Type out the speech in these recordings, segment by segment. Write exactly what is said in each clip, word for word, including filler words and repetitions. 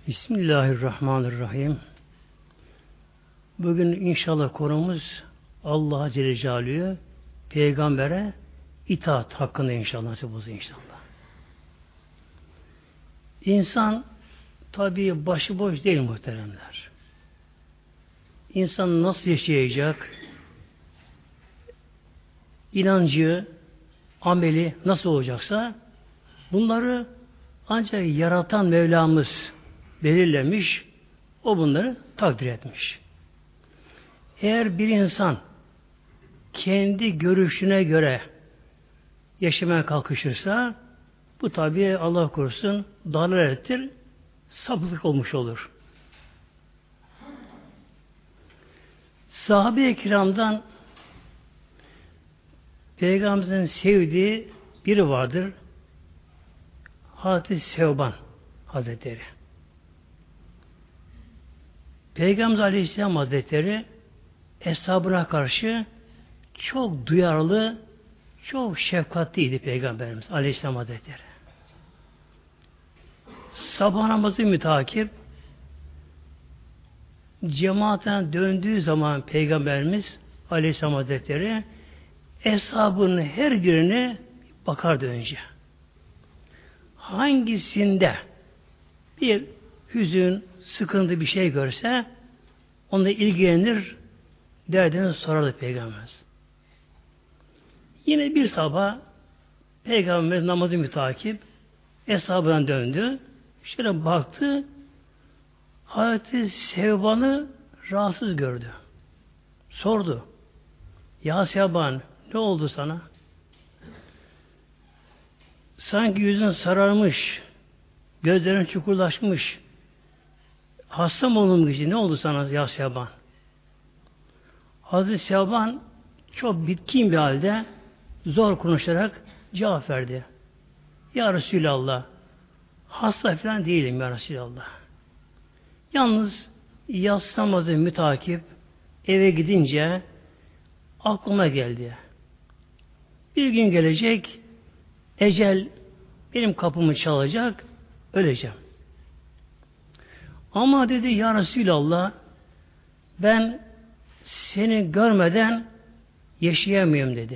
Bismillahirrahmanirrahim. Bugün inşallah konumuz Allah Celle Celaluhu peygambere itaat hakkında inşallah nasip olsun inşallah. İnsan tabii başıboş değil muhteremler. İnsan nasıl yaşayacak? İnancı, ameli nasıl olacaksa bunları ancak yaratan Mevlamız belirlemiş, o bunları takdir etmiş. Eğer bir insan kendi görüşüne göre yaşamaya kalkışırsa bu tabi Allah korusun dalalettir, sapıklık olmuş olur. Sahabe-i kiramdan Peygamberimizin sevdiği biri vardır. Hazreti Sevban Hazretleri. Peygamber Aleyhisselam Hazretleri eshabına karşı çok duyarlı, çok şefkatliydi Peygamberimiz Aleyhisselam Hazretleri. Sabah namazı mütakip cemaatten döndüğü zaman Peygamberimiz Aleyhisselam Hazretleri eshabının her birine bakardı önce. Hangisinde bir hüzün, sıkıntı bir şey görse onunla ilgilenir, derdini sorardı Peygamberimiz. Yine bir sabah Peygamberimiz namazı mütakip eshabından döndü. Şöyle baktı, Hazreti Sevban'ı rahatsız gördü. Sordu. Ya Sevban, ne oldu sana? Sanki yüzün sararmış, gözlerin çukurlaşmış. Hasta mı olun gibi? Ne oldu sana ya Sevban? Hazreti Sevban çok bitkin bir halde zor konuşarak cevap verdi. Ya Resulallah, hasta falan değilim ya Resulallah. Yalnız yatsı namazı mütakip eve gidince aklıma geldi. Bir gün gelecek, ecel benim kapımı çalacak, öleceğim. Ama dedi ya Resulallah, ben seni görmeden yaşayamıyorum dedi.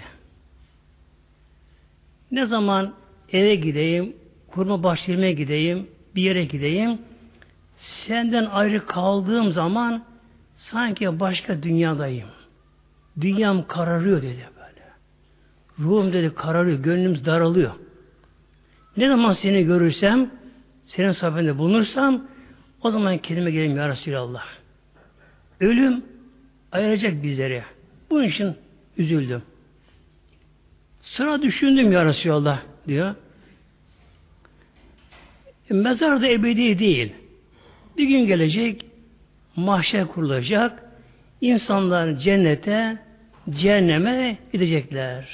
Ne zaman eve gideyim, kurma başlamaya gideyim, bir yere gideyim, senden ayrı kaldığım zaman sanki başka dünyadayım. Dünyam kararıyor dedi böyle. Ruhum dedi kararıyor, gönlüm daralıyor. Ne zaman seni görürsem, senin sohbetinde bulunursam, o zaman kendime geleyim ya Resulallah. Ölüm ayıracak bizleri. Bunun için üzüldüm. Sıra düşündüm ya Resulallah diyor. E, mezar da ebedi değil. Bir gün gelecek, mahşer kurulacak, insanlar cennete, cehenneme gidecekler.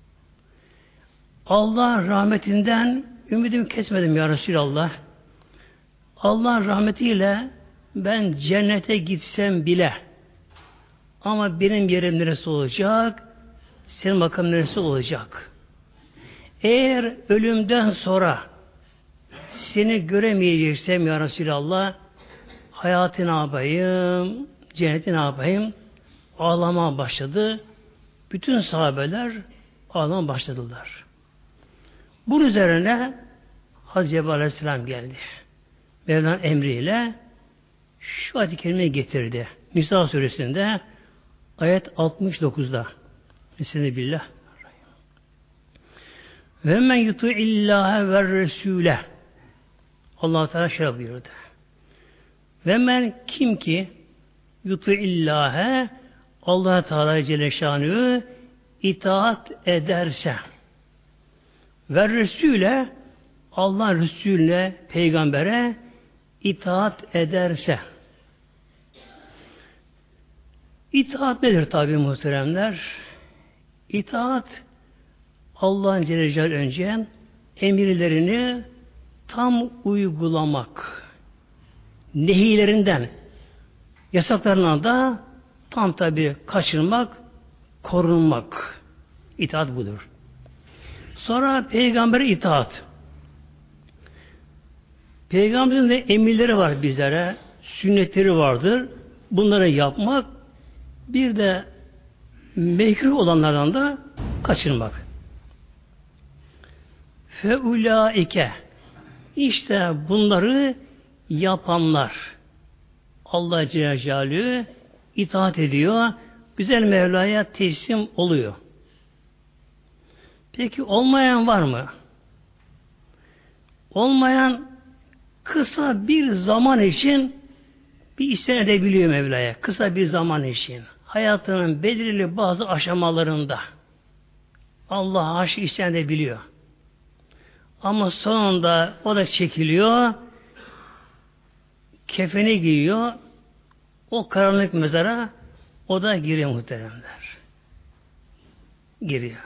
Allah rahmetinden ümidimi kesmedim ya Resulallah. Allah'ın rahmetiyle ben cennete gitsem bile ama benim yerim neresi olacak? Senin makamın neresi olacak? Eğer ölümden sonra seni göremeyeceksem ya Resulallah hayatı ne yapayım? Cenneti ne yapayım? Ağlamaya başladı. Bütün sahabeler ağlamaya başladılar. Bunun üzerine Hazreti Cebrail Aleyhisselam geldi. Mevla'nın emriyle şu ayet-i kerimeyi getirdi. Nisa suresinde ayet altmış dokuzda. Bismillah. Ve men yutu illahe ve resule. Allah Teala şöyle buyurdu. Ve men kim ki yutu illahe Allah Teala Celle Şanü'yü itaat ederse ve resule Allah Resulüne, peygambere itaat ederse. İtaat nedir tabi muhteremler? İtaat Allah'ın Celle Celaluhu önce emirlerini tam uygulamak. Nehilerinden, yasaklarından da tam tabi kaçırmak, korunmak. İtaat budur. Sonra peygambere itaat. Peygamberin de emirleri var bizlere, sünnetleri vardır. Bunları yapmak, bir de mekruh olanlardan da kaçırmak. Feulaike, işte bunları yapanlar, Allah Celle Celaluhu itaat ediyor, güzel Mevla'ya teslim oluyor. Peki olmayan var mı? Olmayan kısa bir zaman için bir isyan edebiliyor Mevla'ya. Kısa bir zaman için. Hayatının belirli bazı aşamalarında Allah'a aşık isyan edebiliyor. Ama sonunda o da çekiliyor, kefeni giyiyor, o karanlık mezara o da giriyor muhteremler. Giriyor.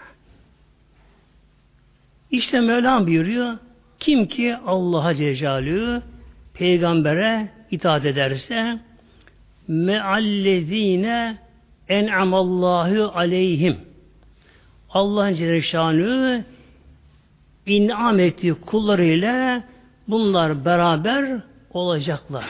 İşte Mevlam buyuruyor, kim ki Allah'a Celle Celaluhu peygambere itaat ederse meallezine en'amallahu aleyhim, Allah'ın Celle Şanı inam ettiği kullarıyla bunlar beraber olacaklar.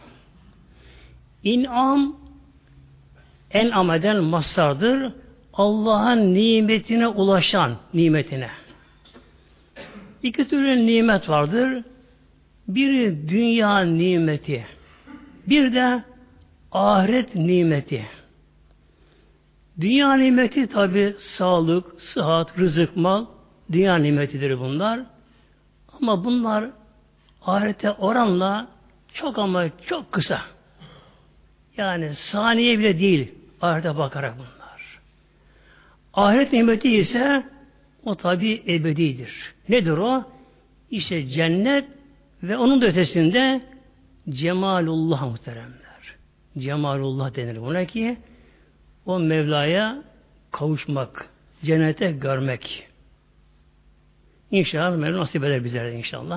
İnam en'am eden mastardır. Allah'ın nimetine ulaşan nimetine. İki türlü nimet vardır. Biri dünya nimeti. Bir de ahiret nimeti. Dünya nimeti tabi sağlık, sıhhat, rızık, mal, dünya nimetidir bunlar. Ama bunlar ahirete oranla çok ama çok kısa. Yani saniye bile değil ahirete bakarak bunlar. Ahiret nimeti ise o tabi ebedidir. Nedir o? İşte cennet ve onun da ötesinde cemalullah muhteremler. Cemalullah denir buna ki o Mevla'ya kavuşmak, cennete görmek. İnşallah Mevla nasip eder bizlere de inşallah.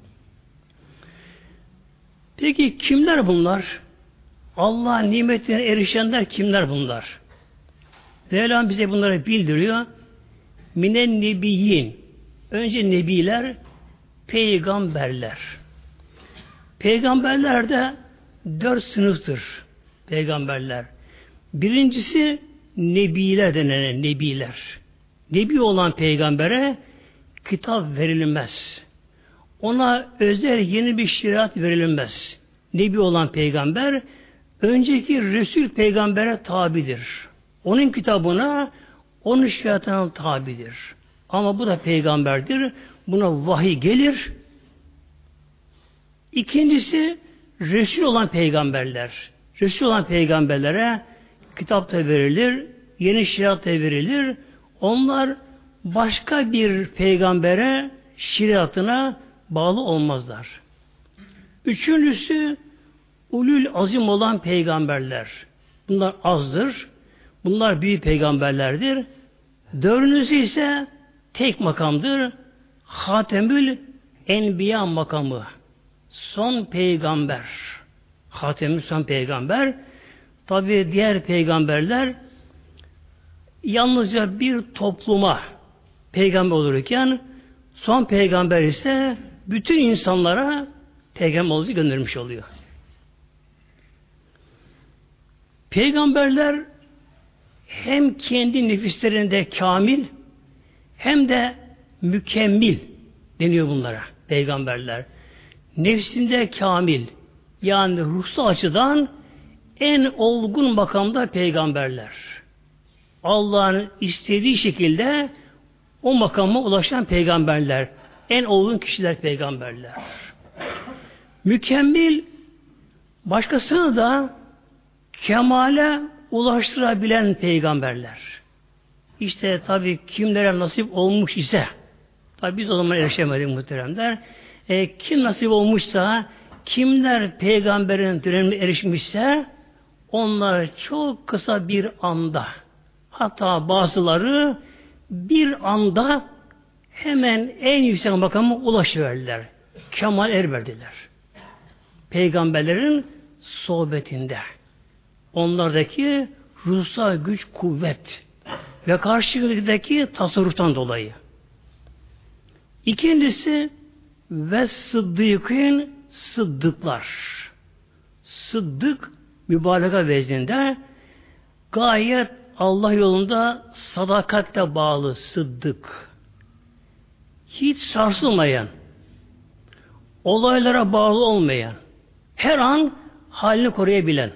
Peki kimler bunlar? Allah nimetine erişenler kimler bunlar? Mevlam bize bunları bildiriyor. Minen nebiyyin. Önce nebiler, peygamberler. Peygamberler de dört sınıftır. Peygamberler. Birincisi nebiler denen nebiler. Nebi olan peygambere kitap verilmez. Ona özel yeni bir şeriat verilmez. Nebi olan peygamber önceki Resul peygambere tabidir. Onun kitabına, onun şeriatına tabidir. Ama bu da peygamberdir. Buna vahiy gelir. İkincisi Resul olan peygamberler. Resul olan peygamberlere kitap da verilir, yeni şeriat da verilir. Onlar başka bir peygambere şeriatına bağlı olmazlar. Üçüncüsü ulul azim olan peygamberler. Bunlar azdır. Bunlar büyük peygamberlerdir. Dördüncüsü ise tek makamdır. Hatemül Enbiya makamı. Son peygamber. Hatemül son peygamber. Tabi diğer peygamberler yalnızca bir topluma peygamber olurken son peygamber ise bütün insanlara peygamber olduğu göndermiş oluyor. Peygamberler hem kendi nefislerinde kamil hem de mükemmel deniyor bunlara peygamberler. Nefsinde kamil yani ruhsal açıdan en olgun makamda peygamberler. Allah'ın istediği şekilde o makama ulaşan peygamberler. En olgun kişiler peygamberler. Mükemmel başkasını da kemale ulaştırabilen peygamberler. İşte tabi kimlere nasip olmuş ise tabi biz o zaman erişemedik muhteremler. E, kim nasip olmuşsa kimler peygamberin dönemine erişmişse onlar çok kısa bir anda hatta bazıları bir anda hemen en yüksek makama ulaşıverdiler. Kemal erverdiler. Peygamberlerin sohbetinde. Onlardaki ruhsal güç, kuvvet ve karşılıktaki tasarruftan dolayı. İkincisi ve sıddıkın sıddıklar. Sıddık mübalağa vezninde gayet Allah yolunda sadakatle bağlı sıddık. Hiç sarsılmayan, olaylara bağlı olmayan, her an halini koruyabilen,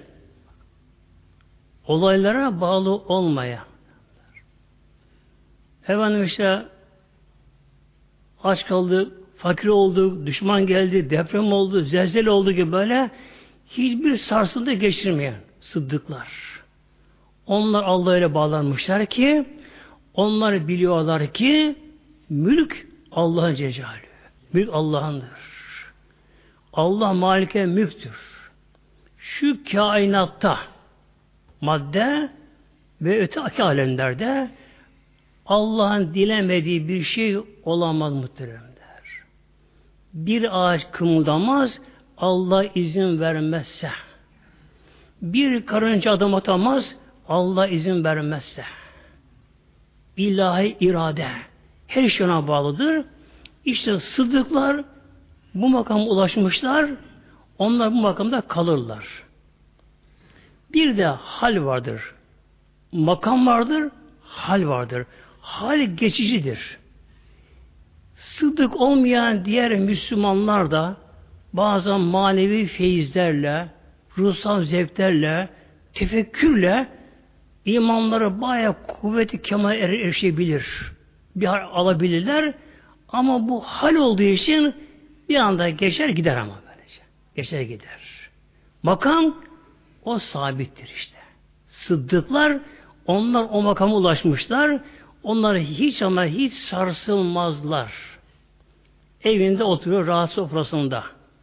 olaylara bağlı olmayan. Efendim işte aç kaldık, fakir olduk, düşman geldi, deprem oldu, zelzele oldu gibi böyle hiçbir sarsıntı geçirmeyen sıddıklar. Onlar Allah'a ile bağlanmışlar ki onlar biliyorlar ki mülk Allah'ın cecali. Mülk Allah'ındır. Allah malike mülktür. Şu kainatta madde ve öteki alemlerde Allah'ın dilemediği bir şey olamaz muhteremler. Bir ağaç kımıldamaz Allah izin vermezse. Bir karınca adım atamaz Allah izin vermezse. İlahi irade her şey ona bağlıdır. İşte sıddıklar bu makama ulaşmışlar. Onlar bu makamda kalırlar. Bir de hal vardır. Makam vardır, hal vardır. Hal geçicidir. Sıddık olmayan diğer Müslümanlar da bazen manevi feyizlerle, ruhsal zevklerle, tefekkürle imanları bayağı kuvveti kemal erişebilir. Bir hal alabilirler. Ama bu hal olduğu için bir anda geçer gider ama böylece. Geçer gider. Makam o sabittir işte. Sıddıklar onlar o makama ulaşmışlar. Onlar hiç ama hiç sarsılmazlar. Evinde oturuyor rahat sofrasında.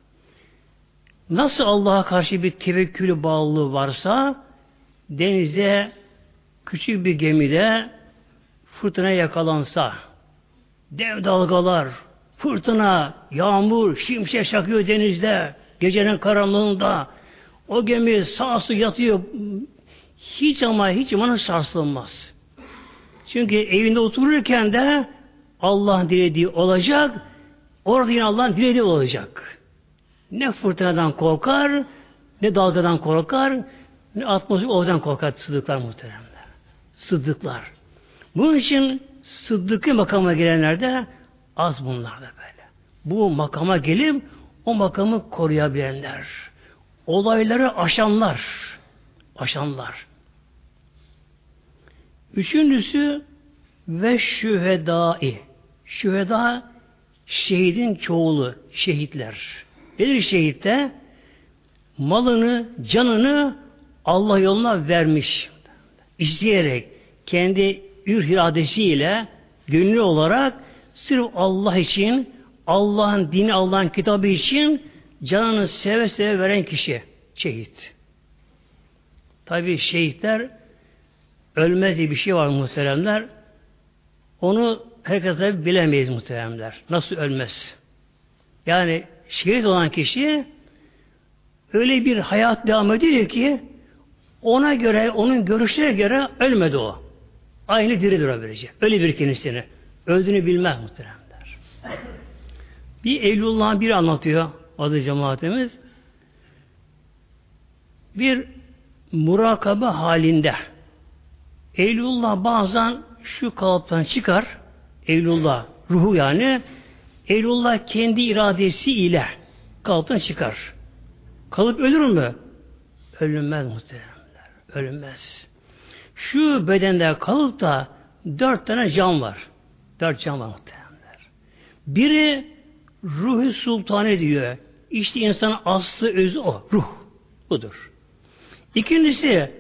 Nasıl Allah'a karşı bir tevekkülü bağlılığı varsa denize küçük bir gemide fırtına yakalansa dev dalgalar, fırtına, yağmur, şimşek çakıyor denizde gecenin karanlığında o gemi sağ su yatıyor hiç ama hiç imanı sarsılmaz. Çünkü evinde otururken de Allah'ın dilediği olacak, orada yine Allah'ın dilediği olacak. Ne fırtınadan korkar, ne dalgadan korkar, ne atmosfer oradan korkar sıddıklar muhteremler. Sıddıklar. Bunun için sıddıkı makama gelenler de az bunlar da böyle. Bu makama gelip o makamı koruyabilenler. Olayları aşanlar. Aşanlar. Üçüncüsü ve şühedai. Şüheda şehidin çoğulu. Şehitler. Bir şehit de malını, canını Allah yoluna vermiş. İsteyerek kendi ür iradesiyle gönüllü olarak sırf Allah için, Allah'ın dini, Allah'ın kitabı için canını seve seve veren kişi şehit. Tabii şehitler ölmez diye bir şey var muhteremler. Onu herkes tabi bilemeyiz muhteremler. Nasıl ölmez? Yani şehit olan kişi öyle bir hayat devam ediyor ki ona göre, onun görüşlerine göre ölmedi o. Aynı diridir o böylece. Öyle bir kendisini. Öldüğünü bilmez muhteremler. Bir Evliyaullah'ın biri anlatıyor adı cemaatimiz. Bir murakabe halinde Evliyaullah bazen şu kalıptan çıkar, Evliyaullah ruhu yani, Evliyaullah kendi iradesi ile kalıptan çıkar. Kalıp ölür mü? Ölünmez muhteremler. Ölünmez. Şu bedende kalıp da dört tane can var. Dört can var muhteremler. Biri ruh-u sultanı diyor. İşte insanın aslı özü o. Ruh. Budur. İkincisi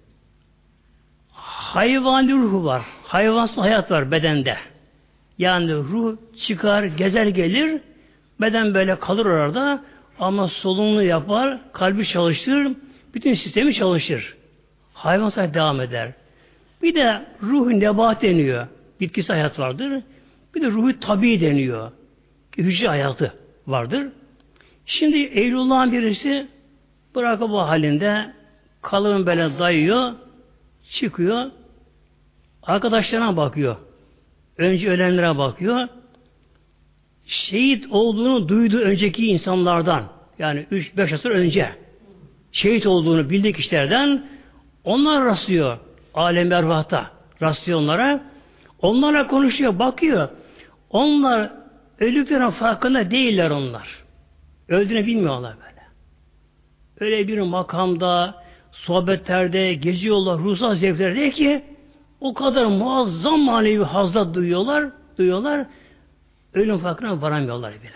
hayvani ruhu var. Hayvansal hayat var bedende. Yani ruh çıkar, gezer gelir, beden böyle kalır orada ama solunumunu yapar, kalbi çalıştırır, bütün sistemi çalışır. Hayvansal hayat devam eder. Bir de ruh-u nebat deniyor. Bitkisel hayat vardır. Bir de ruh-u tabi deniyor. Hücre hayatı vardır. Şimdi Evliyaullah'ın birisi bırakıp bu halinde kalın böyle dayıyor, çıkıyor, arkadaşlarına bakıyor. Önce ölenlere bakıyor. Şehit olduğunu duydu önceki insanlardan. Yani üç beş asır önce şehit olduğunu bildik kişilerden onlar rastlıyor. Alem ervahta rastlıyor onlara. Onlarla konuşuyor, bakıyor. Onlar öldüklerinin farkında değiller onlar. Öldüğünü bilmiyorlar böyle. Öyle bir makamda, sohbetlerde geziyorlar, ruhsal zevklerde ki o kadar muazzam manevi hazda duyuyorlar, duyuyorlar. Ölüm farkına varamıyorlar bile.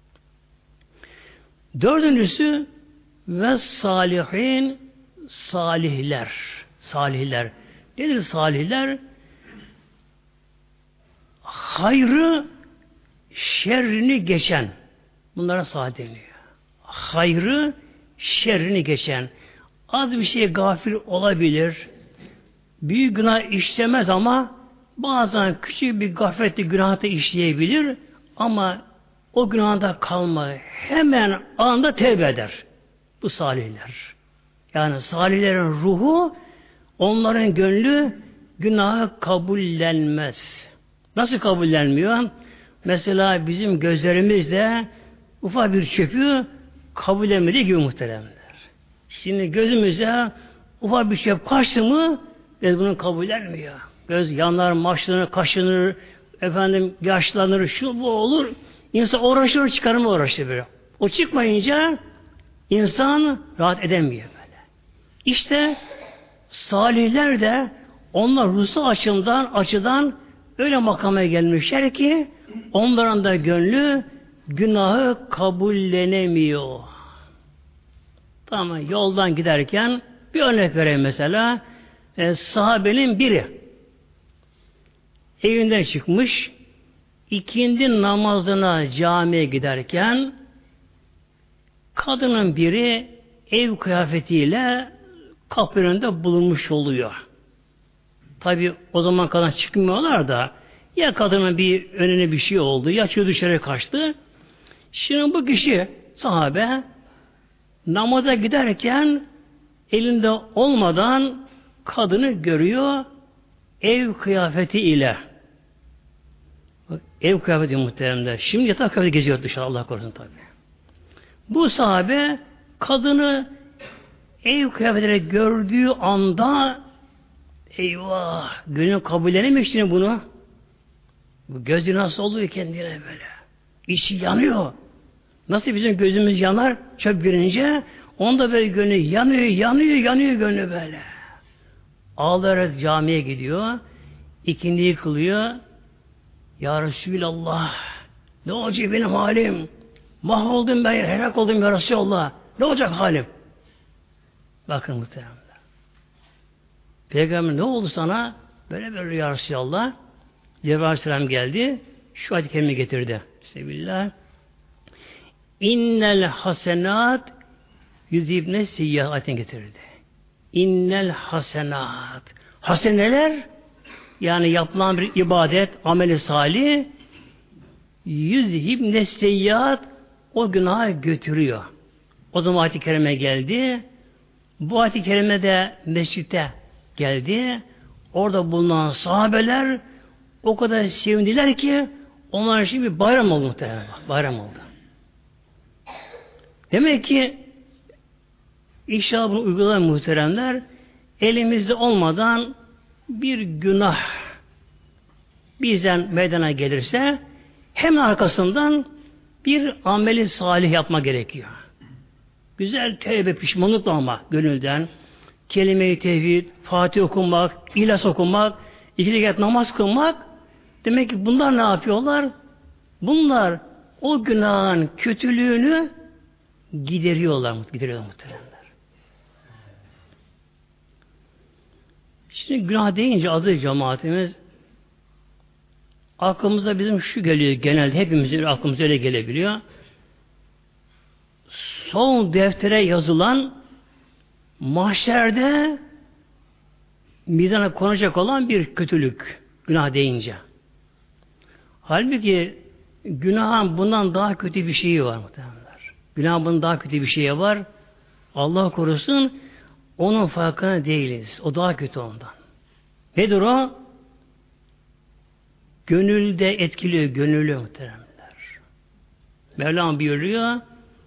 Dördüncüsü ve salihin salihler. Salihler. Nedir salihler? Hayrı şerrini geçen. Bunlara salih deniyor. Hayrı şerrini geçen. Az bir şey gafil olabilir. Büyük günah işlemez ama bazen küçük bir gafletli günah da işleyebilir ama o günahda kalma hemen anında tevbe eder. Bu salihler. Yani salihlerin ruhu onların gönlü günahı kabullenmez. Nasıl kabullenmiyor? Mesela bizim gözlerimizde ufak bir çöpü kabullenmediği gibi muhteremler. Şimdi gözümüze ufak bir çöp kaçtı mı biz bunu kabullenmiyor. Göz yanar, maçlanır, kaşınır, efendim yaşlanır, şu bu olur. İnsan uğraşır, çıkarma uğraşır böyle. O çıkmayınca insan rahat edemiyor böyle. İşte salihler de onlar ruhsal açımdan, açıdan öyle makama gelmişler ki onların da gönlü günahı kabullenemiyor. Tamam, yoldan giderken bir örnek vereyim mesela. E, sahabenin biri evinden çıkmış, ikindi namazına camiye giderken kadının biri ev kıyafetiyle kapı önünde bulunmuş oluyor. Tabi o zaman kadar çıkmıyorlar da ya kadının bir önüne bir şey oldu ya çocuğu dışarı kaçtı. Şimdi bu kişi sahabe namaza giderken elinde olmadan kadını görüyor ev kıyafeti ile. Ev kıyafeti muhteremler. Şimdi yatak kıyafeti geziyor dışarı Allah korusun tabi. Bu sahabe kadını ev kıyafetiyle gördüğü anda eyvah gönül kabullenemiş şimdi bunu. Bu gözü nasıl oluyor kendine böyle. İçi yanıyor. Nasıl bizim gözümüz yanar çöp görünce onda böyle gönlü yanıyor, yanıyor, yanıyor gönlü böyle. Ağlayarak camiye gidiyor. İkindiyi kılıyor. Ya Resulallah ne olacak benim halim? Mahvoldum ben, helak oldum ya Resulallah. Ne olacak halim? Bakın muhtemelen. Peygamber ne oldu sana? Böyle böyle ya Resulallah. Cebrail Aleyhisselam geldi. Şu ayet-i kerime getirdi. Bismillah. İnnel hasenat yüzibne siyyah ayetini getirdi. İnnel hasenat. Haseneler yani yapılan bir ibadet, ameli salih yüzhibne siyyat o günahı götürüyor. O zaman ayet-i kerime geldi. Bu ayet-i kerime de mescitte geldi. Orada bulunan sahabeler o kadar sevindiler ki onlar için bir bayram oldu muhtemelen. Bayram oldu. Demek ki inşallah bunu uygulayan muhteremler elimizde olmadan bir günah bizden meydana gelirse hemen arkasından bir ameli salih yapma gerekiyor. Güzel tevbe pişmanlıkla ama gönülden kelime-i tevhid, Fatih okumak, İhlas okumak, iki rekat namaz kılmak demek ki bunlar ne yapıyorlar? Bunlar o günahın kötülüğünü gideriyorlar, gideriyorlar muhteremler. Şimdi günah deyince adı cemaatimiz aklımıza bizim şu geliyor genelde hepimizin aklımıza öyle gelebiliyor. Son deftere yazılan mahşerde mizana konacak olan bir kötülük günah deyince. Halbuki günahın bundan daha kötü bir şeyi var muhtemelenler. Günahın bundan daha kötü bir şeyi var. Allah korusun onun farkına değiliz. O daha kötü ondan. Nedir o? Gönülde etkiliyor, gönüllü muhteremler. Mevlam buyuruyor,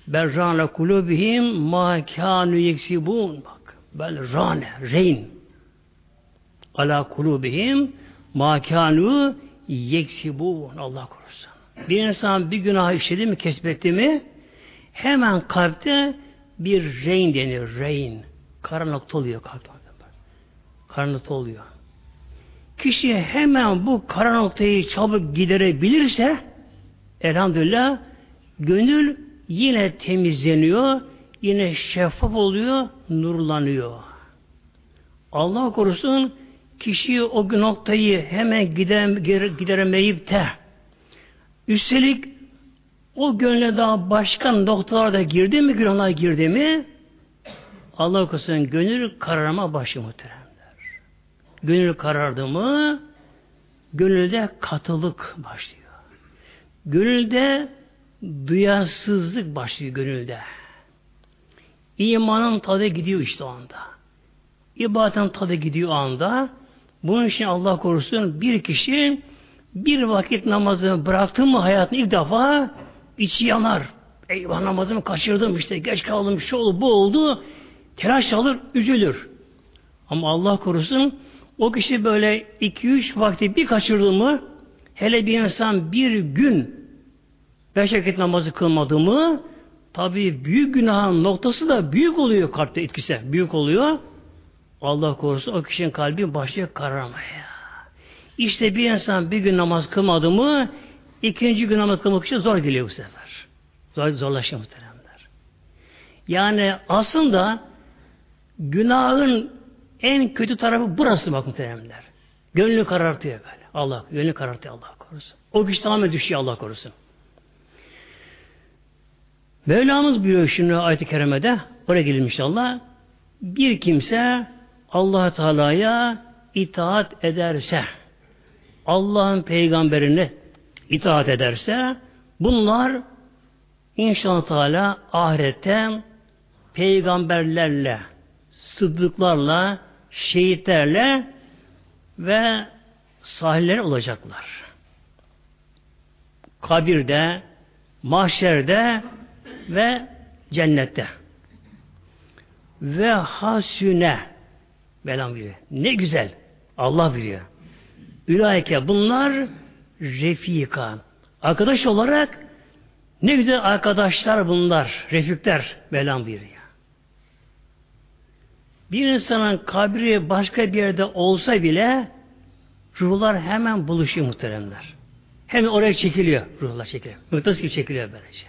Berrâne kulûbihim mâ kânû yeksibûn. Bak. Bel râne. Reyn. Alâ kulûbihim mâ kânû yeksibûn. Allah korusun. Bir insan bir günah işledi mi, kesbetti mi, hemen kalpte bir reyn denir. Reyn. Kara nokta oluyor kalpte. Kara nokta oluyor. Kişi hemen bu kara noktayı çabuk giderebilirse elhamdülillah gönül yine temizleniyor, yine şeffaf oluyor, nurlanıyor. Allah korusun kişi o noktayı hemen gideremeyip de üstelik o gönle daha başka noktalarda girdi mi, günahlar girdi mi, Allah korusun gönül kararma başlıyor muhteremler. Gönül karardı mı, gönülde katılık başlıyor. Gönülde duyarsızlık başlıyor gönülde. İmanın tadı gidiyor işte o anda. İbadetin tadı gidiyor o anda. Bunun için Allah korusun bir kişi bir vakit namazını bıraktı mı hayatında ilk defa içi yanar. Eyvah namazımı kaçırdım işte geç kaldım şu oldu bu oldu. Telaş alır üzülür. Ama Allah korusun o kişi böyle iki üç vakti bir kaçırdı mı hele bir insan bir gün beş vakit namazı kılmadı mı tabi büyük günahın noktası da büyük oluyor kalpte etkisi. Büyük oluyor. Allah korusun o kişinin kalbi başlıyor kararmaya. İşte bir insan bir gün namaz kılmadı mı ikinci gün namaz kılmak için zor geliyor bu sefer. Zor, zorlaşıyor muhteremler. Yani aslında günahın en kötü tarafı burası bak muhteremler. Gönlünü karartıyor böyle. Allah, gönlünü karartıyor Allah korusun. O kişi tamamen düşüyor Allah korusun. Mevlamız buyuruyor şunu ayet-i kerimede, oraya gelin inşallah. Bir kimse Allah Teala'ya itaat ederse, Allah'ın peygamberine itaat ederse, bunlar inşallah Teala ahirette peygamberlerle, sıddıklarla, şehitlerle ve salihler olacaklar. Kabirde, mahşerde ve cennette. Ve hasüne Mevlam biliyor. Ne güzel. Allah biliyor. Ülaike bunlar refika. Arkadaş olarak ne güzel arkadaşlar bunlar. Refikler Mevlam biliyor. Bir insanın kabri başka bir yerde olsa bile ruhlar hemen buluşuyor muhteremler. Hemen oraya çekiliyor. Ruhlar çekiliyor. Mıknatıs gibi çekiliyor böylece.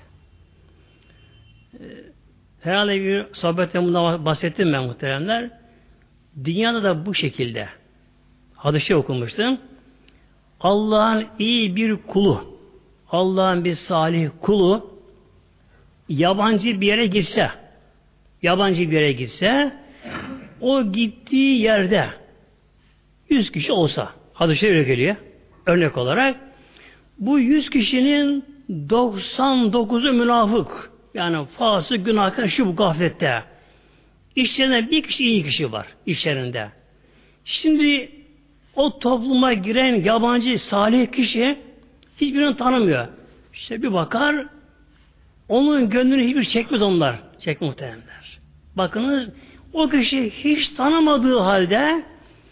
Herhalde bir sohbette bundan bahsettim ben muhteremler. Dünyada da bu şekilde. Hadis-i okumuştum. Allah'ın iyi bir kulu, Allah'ın bir salih kulu yabancı bir yere gitse, yabancı bir yere gitse, o gittiği yerde yüz kişi olsa, hadis-i öyle geliyor, örnek olarak, bu yüz kişinin doksan dokuzu münafık, yani fasık, günahkar, şu bu gaflette. İşlerinde bir kişi iyi kişi var, işlerinde. Şimdi o topluma giren yabancı salih kişi hiçbirini tanımıyor. İşte bir bakar, onun gönlünü hiçbir çekmez onlar. Çekmez muhtemelenler. Bakınız, o kişi hiç tanımadığı halde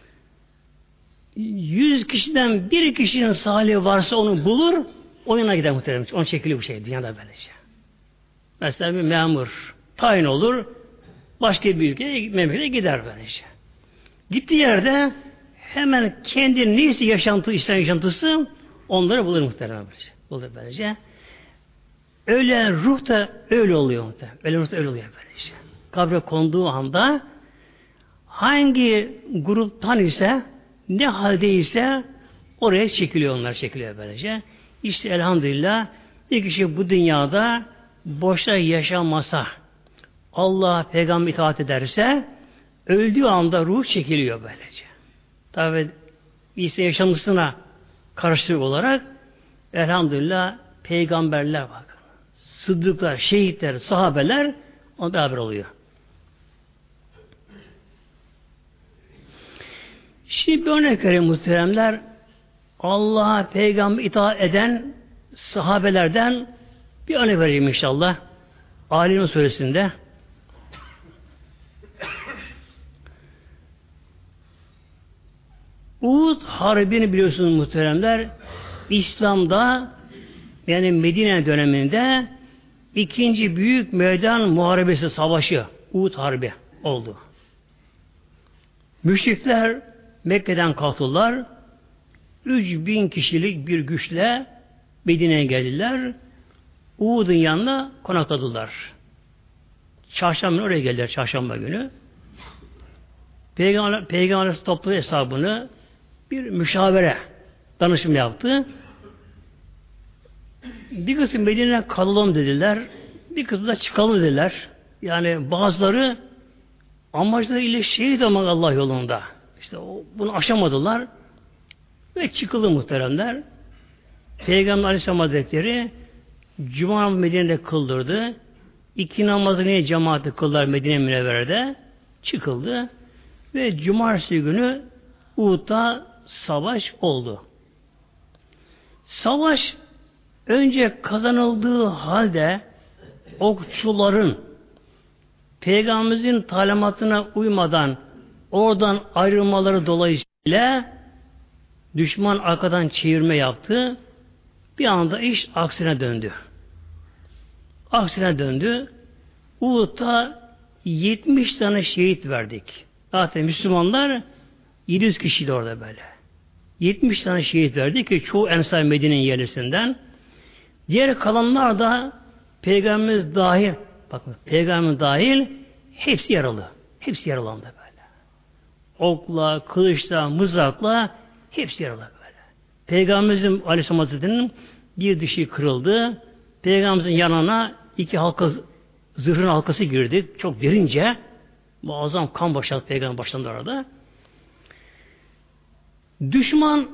yüz kişiden bir kişinin salihi varsa onu bulur, oyuna gider muhtemelen. Onu çekiliyor bu şey dünyada böylece. Mesela bir memur tayin olur, başka bir ülkeye memlekete gider böylece. Gittiği yerde hemen kendi neyse yaşantı, işten yaşantısı onları bulur muhtemelen böylece. Bulur böylece. Öyle ruh da öyle oluyor muhtemelen. Öyle ruh da öyle oluyor böylece. Kabre konduğu anda hangi gruptan ise ne haldeyse oraya çekiliyor onlar, çekiliyor böylece. İşte elhamdülillah bir kişi bu dünyada boşa yaşamasa, Allah'a peygamber itaat ederse öldüğü anda ruh çekiliyor böylece. Tabi İsa yaşantısına karşı olarak elhamdülillah peygamberler bakın. Sıddıklar, şehitler, sahabeler onunla beraber oluyor. Şimdi bir örnek vereyim muhteremler. Allah'a peygamber itaat eden sahabelerden bir örnek vereyim inşallah. Alî suresinde Uhud Harbi'ni biliyorsunuz muhteremler, İslam'da yani Medine döneminde ikinci büyük meydan muharebesi savaşı Uhud Harbi oldu. Müşrikler Mekke'den kalktılar. Üç bin kişilik bir güçle Medine'ye geldiler. Uhud'un yanına konakladılar. Çarşamba günü oraya geldiler, çarşamba günü. Peygamber, Peygamber topladı hesabını, bir müşavere, danışım yaptı. Bir kısım Medine'ye kalalım dediler. Bir kısım da çıkalım dediler. Yani bazıları amaçları ile şehit olmak Allah yolunda. İşte o, bunu aşamadılar. Ve çıkıldı muhteremler. Peygamber Aleyhisselam Hazretleri Cuma namazı Medine'de kıldırdı. İki namazı niye cemaati kıldılar Medine Münevvere'de? Çıkıldı. Ve Cumartesi günü Uhud'da savaş oldu. Savaş önce kazanıldığı halde okçuların Peygamberimizin talimatına uymadan oradan ayrılmaları dolayısıyla düşman arkadan çevirme yaptı. Bir anda iş aksine döndü. Aksine döndü. Uhud'da yetmiş tane şehit verdik. Zaten Müslümanlar yedi yüz kişiydi orada böyle. yetmiş tane şehit verdik ki çoğu Ensar Medine'nin yerlisinden. Diğer kalanlar da Peygamberimiz dahil, bakın Peygamberimiz dahil hepsi yaralı. Hepsi yaralandı böyle. Okla, kılıçla, mızrakla hepsi yaralı böyle. Peygamberimizin Aleyhisselam Hazretleri'nin bir dişi kırıldı. Peygamberimizin yanına iki halka, zırhın halkası girdi. Çok derince. Muazzam kan boşalttı Peygamber başlandı orada. Düşman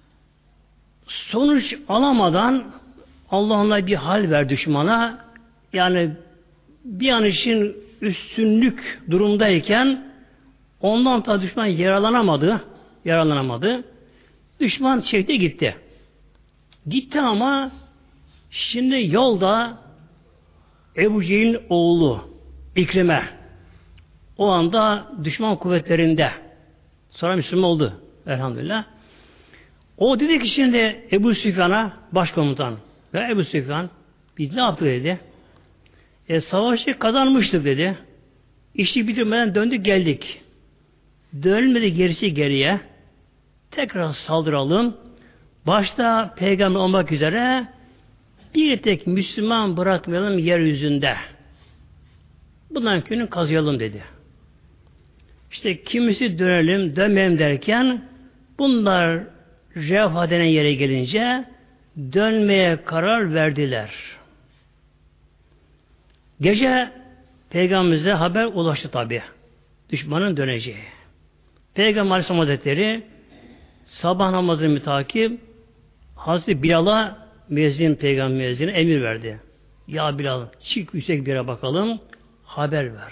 sonuç alamadan Allah ona bir hal ver düşmana. Yani bir an için üstünlük durumdayken ondan da düşman yaralanamadı. Yaralanamadı. Düşman çekti gitti. Gitti ama şimdi yolda Ebu Cehil'in oğlu İkrime o anda düşman kuvvetlerinde sonra Müslüman oldu elhamdülillah. O dedi ki şimdi Ebu Süfyan'a başkomutan ve Ebu Süfyan biz ne yaptık dedi. E, savaşı kazanmıştık dedi. İşi bitirmeden döndük geldik. Dönmedi gerisi geriye. Tekrar saldıralım. Başta peygamber olmak üzere bir tek Müslüman bırakmayalım yeryüzünde. Bundan günü kazıyalım dedi. İşte kimisi dönelim, dönmeyelim derken bunlar refah denen yere gelince dönmeye karar verdiler. Gece Peygamberimize haber ulaştı tabi. Düşmanın döneceği. Peygamber Aleyhisselam Hazretleri sabah namazını mütakip Hazreti Bilal'a müezzin Peygamber müezzine emir verdi. Ya Bilal çık yüksek bir yere bakalım haber ver.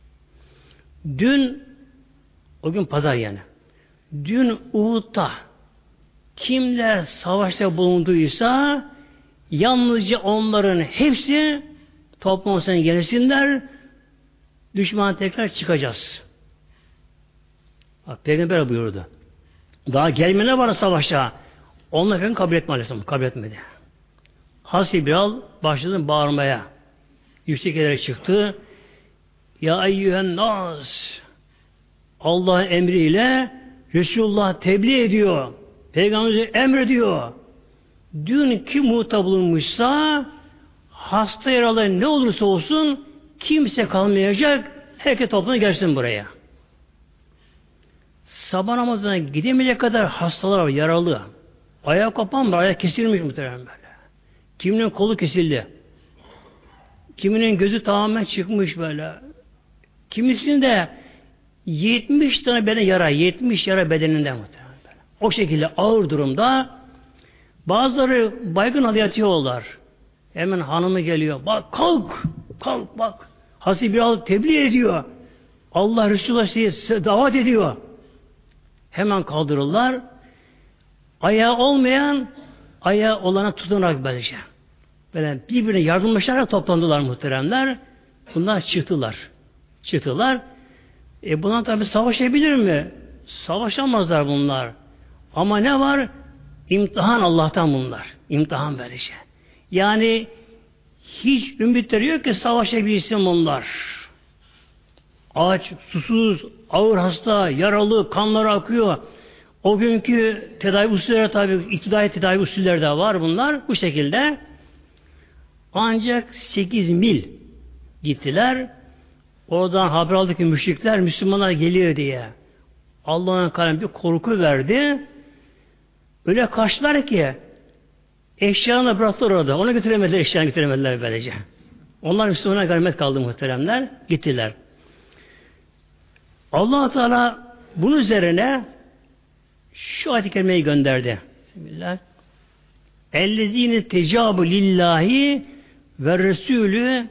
Dün o gün pazar yani. Dün Uhud'da kimler savaşta bulunduysa yalnızca onların hepsi toplamasına gelsinler düşman tekrar çıkacağız. Bak, Peygamber buyurdu. Daha gelmene var savaşta. Onlar efendim kabul etme Aleyhisselam. Kabul etmedi. Hazreti Bilal başladı bağırmaya. Yüksek yerlere çıktı. Ya eyyühen nas Allah'ın emriyle Resulullah tebliğ ediyor. Peygamberimiz emrediyor. Dün kim muhta bulunmuşsa hasta yaralı ne olursa olsun kimse kalmayacak. Herkes toplanıp gelsin buraya. Sabah namazına gidemeyecek kadar hastalar var, yaralı. Ayağı kapanmış, ayağı kesilmiş muhtemelen böyle. Kiminin kolu kesildi. Kiminin gözü tamamen çıkmış böyle. Kimisinin de yetmiş tane beden yara, yetmiş yara bedeninde muhtemelen böyle. O şekilde ağır durumda bazıları baygın halde yatıyorlar. Hemen hanımı geliyor. Bak kalk, kalk bak. Hazreti Bilal tebliğ ediyor. Allah Resulullah size davet ediyor. Hemen kaldırırlar. Ayağı olmayan ayağı olana tutunarak böylece. Böyle birbirine yardımlaşarak toplandılar muhteremler. Bunlar çıktılar. Çıktılar. E bunlar tabi savaşabilir mi? Savaşamazlar bunlar. Ama ne var? İmtihan Allah'tan bunlar. İmtihan böylece. Yani hiç ümitleri yok ki savaşabilsin bunlar. Aç, susuz, ağır hasta, yaralı, kanları akıyor. O günkü tedavi usulleri tabi, iktidai tedavi usulleri de var bunlar. Bu şekilde. Ancak sekiz mil gittiler. Oradan haber aldı ki müşrikler Müslümanlar geliyor diye. Allah'ın kalem bir korku verdi. Öyle kaçtılar ki eşyalarını bıraktılar orada. Ona götüremediler, eşyalarını götüremediler böylece. Onlar Müslümanlar ganimet kaldı muhteremler. Gittiler. Allah Teala bunun üzerine şu ayet-i kerimeyi gönderdi. Bismillah. Ellezine tecabu lillahi ve Resulü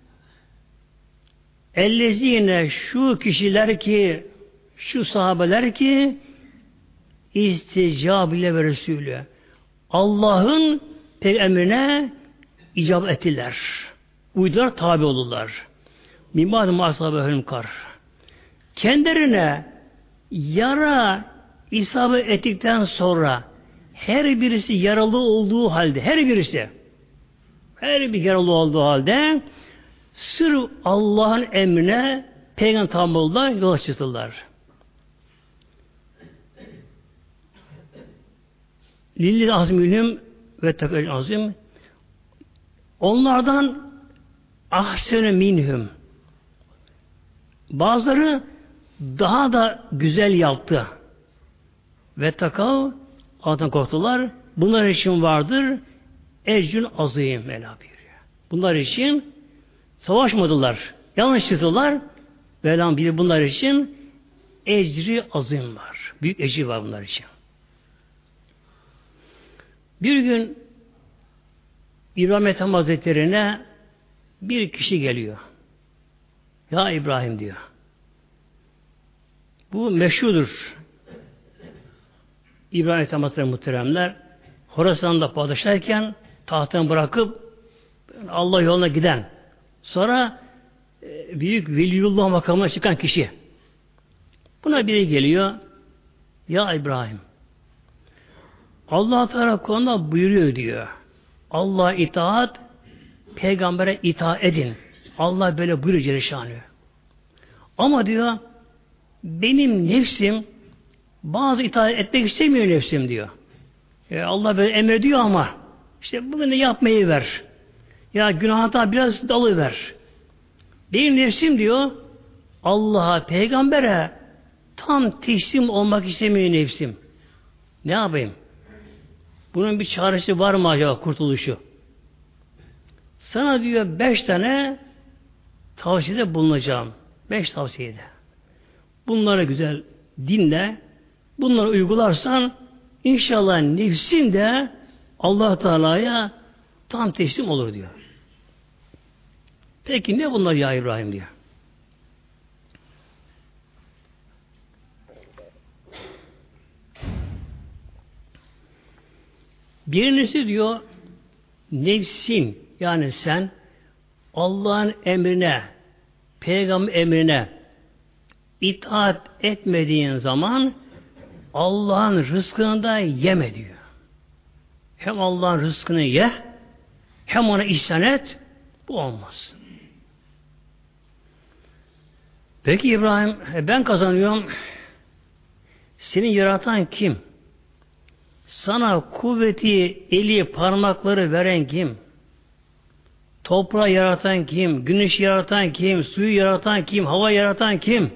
ellezine şu kişiler ki şu sahabeler ki isticabile ve Resulü Allah'ın emrine icabet ettiler. Uydular, tabi oldular. Mimâd-ı mâsâbehül kar. Kendilerine yara isabet ettikten sonra her birisi yaralı olduğu halde, her birisi her bir yaralı olduğu halde sırf Allah'ın emrine peygamber tamamıyla yola çıktılar. Lillil azmülüm ve tekel azim onlardan ahsene minhum bazıları daha da güzel yaptı ve takav Allah'tan korktular. Bunlar için vardır ecrün azim Mevla buyuruyor. Bunlar için savaşmadılar. Yanlış çıktılar. Mevlam bilir bunlar için ecri azim var. Büyük ecri var bunlar için. Bir gün İbrahim Ethem Hazretleri'ne bir kişi geliyor. Ya İbrahim diyor. Bu meşhurdur. İbrahim Ethem Hazretleri muhteremler Horasan'da padişahken tahtını bırakıp Allah yoluna giden sonra e, büyük veliyullah makamına çıkan kişi. Buna biri geliyor. Ya İbrahim Allah Teala konuda buyuruyor diyor. Allah'a itaat peygambere itaat edin. Allah böyle buyuruyor Celle Şanı. Ama diyor benim nefsim bazı itaat etmek istemiyor nefsim diyor. E, Allah böyle emrediyor ama işte bugün de yapmayı ver. Ya günahata biraz dalıver. Benim nefsim diyor Allah'a, peygambere tam teslim olmak istemiyor nefsim. Ne yapayım? Bunun bir çaresi var mı acaba kurtuluşu? Sana diyor beş tane tavsiyede bulunacağım. Beş tavsiyede. Bunları güzel dinle. Bunları uygularsan inşallah nefsin de Allah Teala'ya tam teslim olur diyor. Peki ne bunlar ya İbrahim diyor. Birincisi diyor nefsin yani sen Allah'ın emrine peygamber emrine itaat etmediğin zaman Allah'ın rızkını da yeme diyor. Hem Allah'ın rızkını ye hem ona ihsan et bu olmaz. Peki İbrahim ben kazanıyorum seni yaratan kim? Sana kuvveti, eli, parmakları veren kim? Toprağı yaratan kim? Güneşi yaratan kim? Suyu yaratan kim? Hava yaratan kim?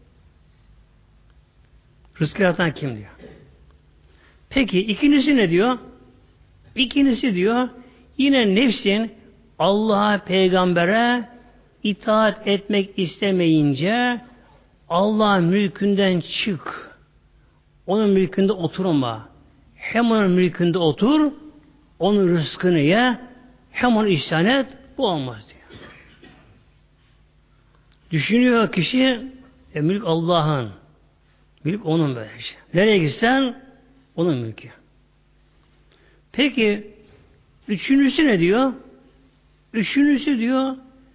Rızkı yaratan kim diyor. Peki ikincisi ne diyor? İkincisi diyor yine nefsin Allah'a, peygambere itaat etmek istemeyince Allah'ın mülkünden çık. Onun mülkünde oturma. Hem onun mülkünde otur, onun rızkını ye, hem onu ihsan et, bu olmaz diyor. Düşünüyor kişi, e, mülk Allah'ın. Mülk onun böyle işte. Nereye gitsen, onun mülkü. Peki, üçüncüsü ne diyor? Üçüncüsü diyor,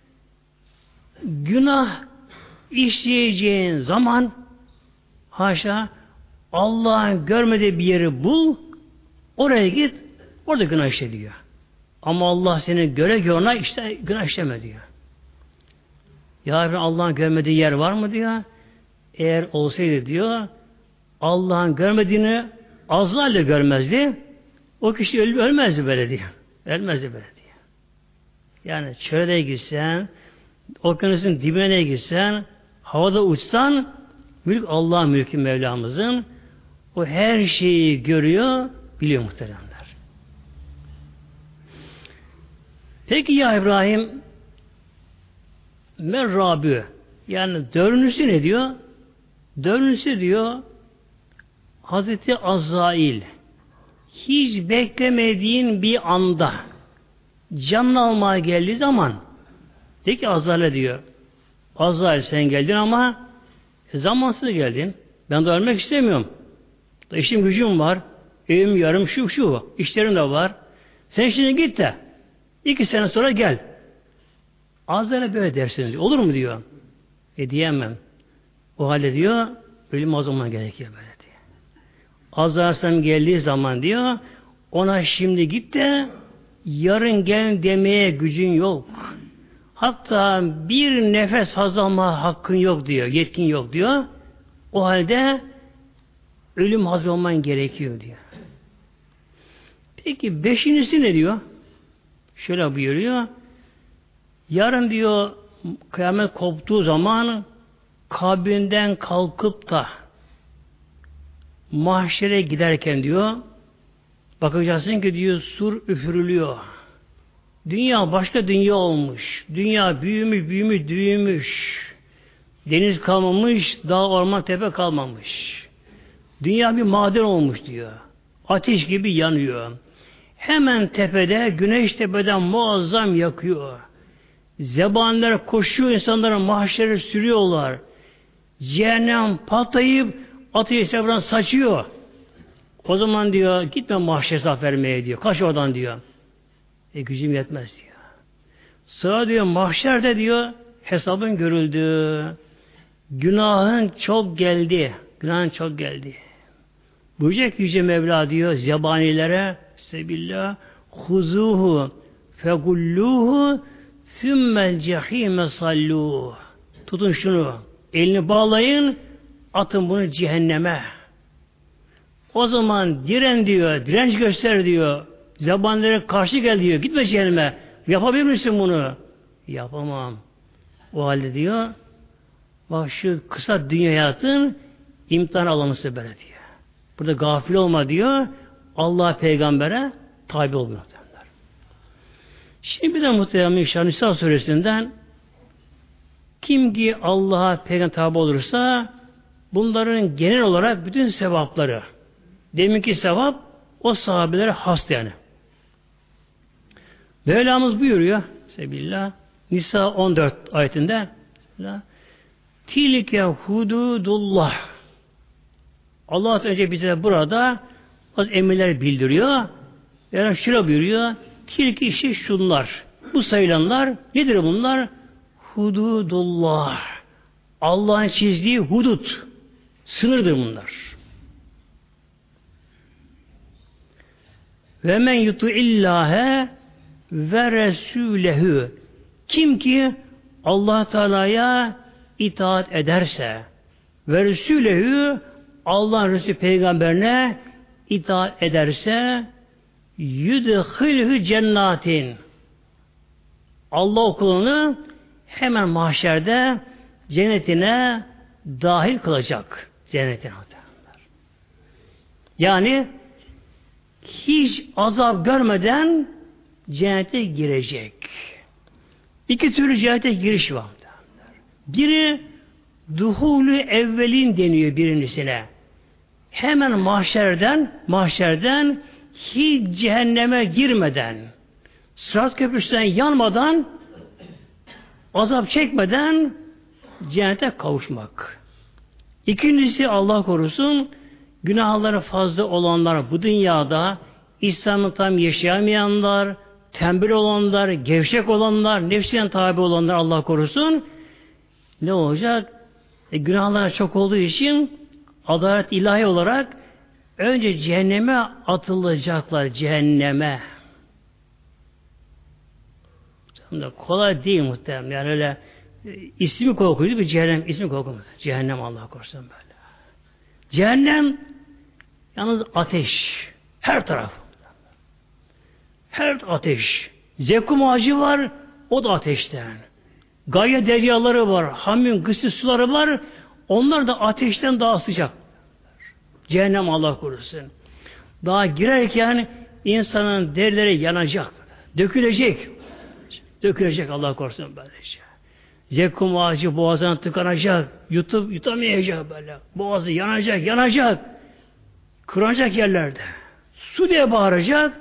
günah işleyeceğin zaman haşa Allah'ın görmediği bir yeri bul, oraya git, orada günah işle diyor. Ama Allah seni göre göre ona işte günah işleme diyor. Ya Rabbi, Allah'ın görmediği yer var mı diyor. Eğer olsaydı diyor, Allah'ın görmediğini Azrail de görmezdi. O kişi öl ölmezdi böyle diyor. Ölmezdi böyle diyor. Yani çölde gitsen, okyanusun dibine gitsen, havada uçsan, mülk Allah'ın mülkü Mevlamızın. O her şeyi görüyor, biliyor muhteremler. Peki ya İbrahim, Merrabü, yani dördüncüsü ne diyor? Dördüncüsü diyor, Hazreti Azrail, hiç beklemediğin bir anda canını almaya geldiği zaman, de ki Azrail'e diyor, Azrail sen geldin ama e, zamansız geldin. Ben de ölmek istemiyorum. Da işim gücüm var. Evim yarım şu şu. İşlerim de var. Sen şimdi git de iki sene sonra gel. Azrail'e böyle dersin diyor. Olur mu diyor. E diyemem. O halde diyor ölüm o zaman gerekir böyle diyor. Azrail geldiği zaman diyor ona şimdi git de yarın gel demeye gücün yok. Hatta bir nefes haz alma hakkın yok diyor. Yetkin yok diyor. O halde ölüm hazır olman gerekiyor diyor. Peki beşincisi ne diyor? Şöyle buyuruyor. Yarın diyor kıyamet koptuğu zaman kabrinden kalkıp da mahşere giderken diyor bakacaksın ki diyor sur üfürülüyor. Dünya başka dünya olmuş. Dünya büyümüş, büyümüş, büyümüş. Deniz kalmamış, dağ, orman, tepe kalmamış. Dünya bir maden olmuş diyor. Ateş gibi yanıyor. Hemen tepede, güneş tepeden muazzam yakıyor. Zebaniler koşuyor, insanlara mahşere sürüyorlar. Cehennem patlayıp ateş etrafından saçıyor. O zaman diyor, gitme mahşer hesap vermeye diyor. Kaç oradan diyor. E gücüm yetmez diyor. Sonra diyor, mahşerde diyor, hesabın görüldü. Günahın çok geldi. Günahın çok geldi. Buyuracak Yüce Mevla diyor, zebanilere, sebillah, huzuhu, fegulluhu, sümmel cehime salluh. Tutun şunu, elini bağlayın, atın bunu cehenneme. O zaman diren diyor, direnç göster diyor, zebanilere karşı gel diyor, gitme cehenneme, yapabilir misin bunu? Yapamam. O halde diyor, bak şu kısa dünya hayatın imtihan alanısı böyle diyor. Burada gafil olma diyor, Allah peygambere tabi ol muhtemelen. Şimdi bir de muhtemelen inşallah Nisa suresinden kim ki Allah'a peygamber tabi olursa bunların genel olarak bütün sevapları, deminki sevap o sahabelere has yani. Mevlamız buyuruyor sebillah Nisa on dört ayetinde tilke hududullah. Allah önce bize burada az emirler bildiriyor. Yani şöyle buyuruyor. Tilki işi şunlar. Bu sayılanlar nedir bunlar? Hududullah. Allah'ın çizdiği hudut. Sınırdır bunlar. Ve men yutu illâhe ve resûlehu. Kim ki Allah Teala'ya itaat ederse ve resûlehu Allah'ın Resulü peygamberine itaat ederse yudhilhü cennatin. Allah okulunu hemen mahşerde cennetine dahil kılacak. Cennetine. Yani hiç azap görmeden cennete girecek. İki türlü cennete giriş var. Biri duhulü evvelin deniyor birincisine. Hemen mahşerden mahşerden hiç cehenneme girmeden, Sırat Köprüsü'nden yanmadan, azap çekmeden cennete kavuşmak. İkincisi Allah korusun, günahları fazla olanlar bu dünyada, İslam'ı tam yaşayamayanlar, tembel olanlar, gevşek olanlar, nefsine tabi olanlar Allah korusun ne olacak? E, günahlar çok olduğu için adalet ilahi olarak önce cehenneme atılacaklar. Cehenneme. Kolay değil muhtemelen. Yani öyle e, ismi korkunç bir cehennem ismi korkunç. Cehennem Allah korusun böyle. Cehennem yalnız ateş. Her taraf. Her ateş. Zekkum ağacı var, o da ateşten. Gaye deryaları var, hamim, gıslı suları var, onlar da ateşten daha sıcak. Cehennem Allah korusun. Daha girerken insanın derileri yanacak, dökülecek. Dökülecek Allah korusun böylece. Zekkum ağacı boğazına tıkanacak, yutup yutamayacak böyle. Boğazı yanacak, yanacak. Kıracak yerlerde. Su diye bağıracak.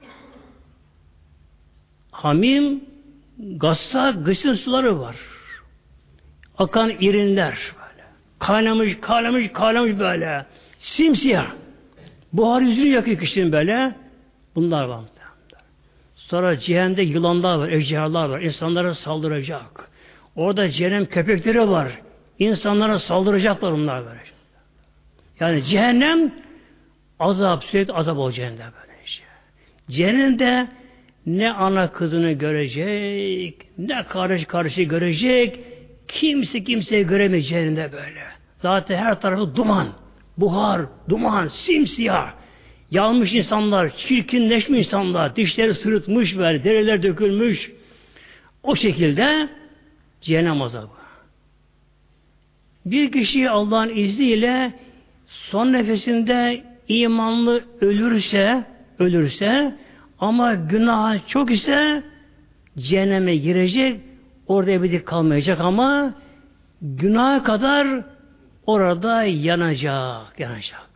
Hamim, gassa, gısın suları var. Akan irinler böyle. Kaynamış, kaynamış, kaynamış böyle. Simsiyah. Buhar yüzünü yakıyor kişinin böyle. Bunlar var. Sonra cehennemde yılanlar var, ejderhalar var. İnsanlara saldıracak. Orada cehennem köpekleri var. İnsanlara saldıracaklar onlar böyle. Yani cehennem azap, sürekli azap o cehennemde böyle işte. Cehennemde ne ana kızını görecek, ne kardeş kardeşi görecek, kimse kimseyi göremeyecek cehennemde böyle. Zaten her tarafı duman, buhar, duman, simsiyah. Yanmış insanlar, çirkinleşmiş insanlar, dişleri sırıtmış böyle, deriler dökülmüş. O şekilde cehennem azabı. Bir kişi Allah'ın izniyle son nefesinde imanlı ölürse, ölürse ama günah çok ise cehenneme girecek, orada ebedi kalmayacak ama günaha kadar orada yanacak, yanacak.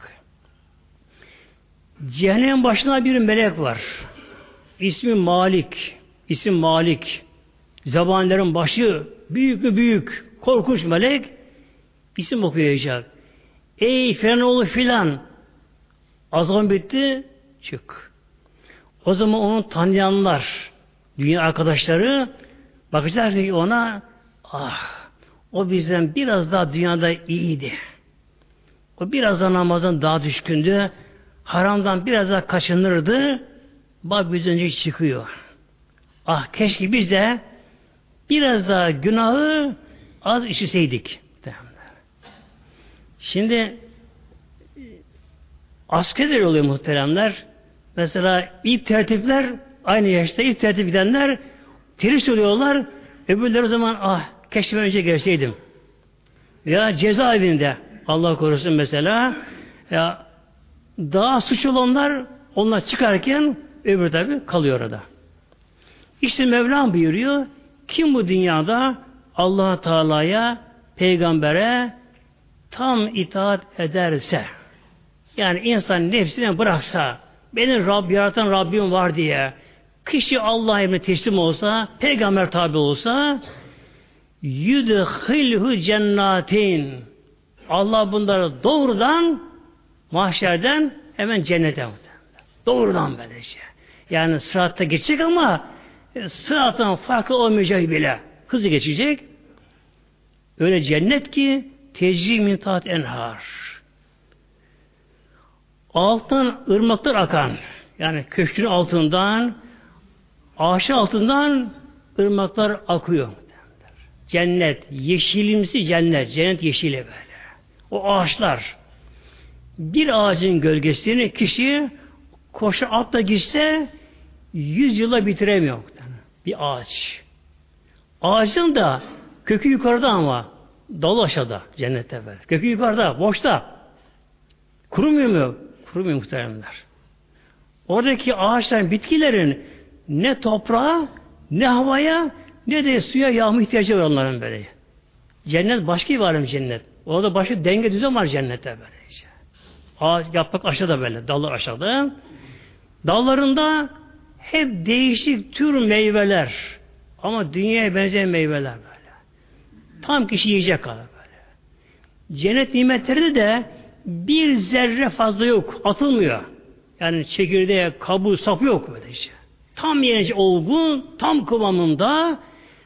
Cehennem başına bir melek var. İsmi Malik. İsim Malik. Zabanilerin başı büyük mü büyük, korkunç melek isim okuyacak. Ey filan oğlu filan, azam bitti, çık. O zaman onu tanıyanlar, dünya arkadaşları bakacaklar ki ona, ah, o bizden biraz daha dünyada iyiydi. O biraz da namazdan daha düşkündü. Haramdan biraz daha kaçınırdı. Bak biz önce çıkıyor. Ah keşke biz de biraz daha günahı az işitseydik. Şimdi askerler oluyor muhteremler. Mesela ilk tertipler aynı yaşta ilk tertip gidenler terhis oluyorlar. Öbürleri o zaman ah keşke ben önce gelseydim. Ya cezaevinde Allah korusun mesela ya daha suç olanlar onlar çıkarken öbür tabi kalıyor orada. İşte Mevlam buyuruyor kim bu dünyada Allah Teala'ya peygambere tam itaat ederse yani insan nefsine bıraksa benim Rab, yaratan Rabbim var diye kişi Allah'a emrine teslim olsa peygamber tabi olsa yudhilhu cennatin Allah bunları doğrudan mahşerden hemen cennete doğrudan böylece. Yani sıratta geçecek ama sırattan farkı olmayacak bile. Hızlı geçecek. Öyle cennet ki tecri min taht enhar. Alttan ırmaklar akan. Yani köşkün altından ağaçın altından ırmaklar akıyor. Cennet, yeşilimsi cennet. Cennet yeşili böyle. O ağaçlar bir ağacın gölgesini kişi koşu atla gitse yüz yıla bitiremiyor. Bir ağaç. Ağacın da kökü yukarıda ama dalı aşağıda cennette böyle. Kökü yukarıda, boşta. Kurumuyor mu? Kurumuyor muhteremler. Oradaki ağaçların, bitkilerin ne toprağa, ne havaya, ne de suya yağma ihtiyacı var onların böyle. Cennet başka bir alem cennet. Orada başka denge düzen var cennette böyle. İşte. Ağaç, yaprak aşağıda böyle, dallar aşağıda. Dallarında hep değişik tür meyveler. Ama dünyaya benzeyen meyveler böyle. Tam kişi yiyecek kadar böyle. Cennet nimetleri de bir zerre fazla yok. Atılmıyor. Yani çekirdeği, kabuğu, sapı yok böyle işte. tam yerine olgun, tam kıvamında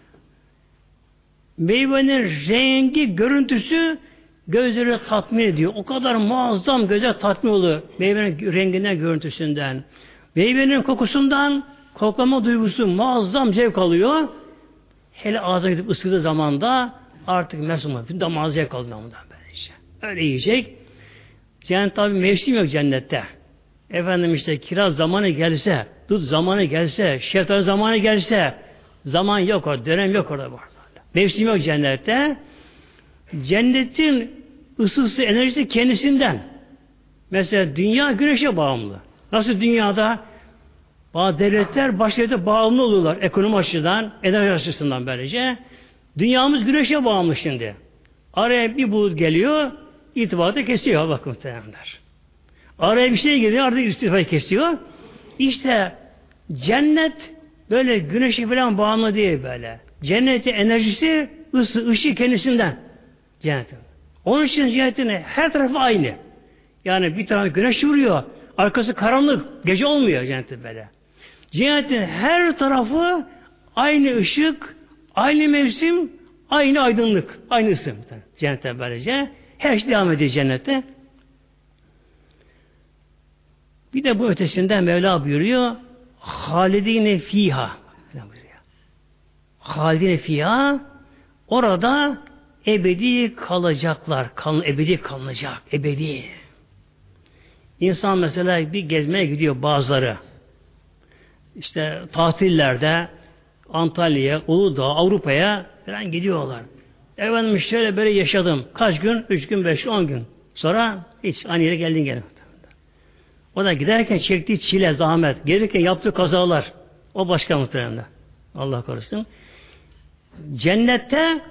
meyvenin rengi, görüntüsü gözleri tatmin ediyor. O kadar muazzam göze tatmin oluyor. Meyvenin renginden, görüntüsünden. Meyvenin kokusundan koklama duygusu muazzam zevk alıyor. Hele ağzına gidip ısırdığı zaman da artık mesum. Damağına zevk alıyor. Böylece. Öyle yiyecek. Cennet tabi mevsim yok cennette. Efendim işte kiraz zamanı gelse, dut zamanı gelse, şeftali zamanı gelse, zaman yok orada, dönem yok orada. Mevsim yok cennette. Cennetin ısısı, enerjisi kendisinden. Mesela dünya güneşe bağımlı. Nasıl dünyada bazı devletler başka devlete bağımlı oluyorlar ekonomi açısından, enerji açısından böylece. Dünyamız güneşe bağımlı şimdi. Araya bir bulut geliyor, irtibatı kesiyor bakın muhtemelenler. Araya bir şey geliyor, artık irtibatı kesiyor. İşte cennet böyle güneşe falan bağımlı değil böyle. Cennetin enerjisi, ısı, ışığı kendisinden. Cennetin. Onun için cennetin her tarafı aynı. Yani bir tarafı güneş vuruyor, arkası karanlık, gece olmuyor cennetin böyle. Cennetin her tarafı aynı ışık, aynı mevsim, aynı aydınlık, aynı ısı. Cennette böylece. Her şey devam ediyor cennette. Bir de bu ötesinden Mevla buyuruyor, halidine fiha. Halidine fiha, orada ebedi kalacaklar. Kal, ebedi kalınacak. Ebedi. İnsan mesela bir gezmeye gidiyor bazıları. İşte tatillerde Antalya'ya, Uludağ, Avrupa'ya falan gidiyorlar. Efendim şöyle böyle yaşadım. Kaç gün? Üç gün, beş gün, on gün. Sonra hiç aynı yere geldin gene. O da giderken çektiği çile, zahmet. Gelirken yaptığı kazalar. O başka muhtemelen. Allah korusun. Cennette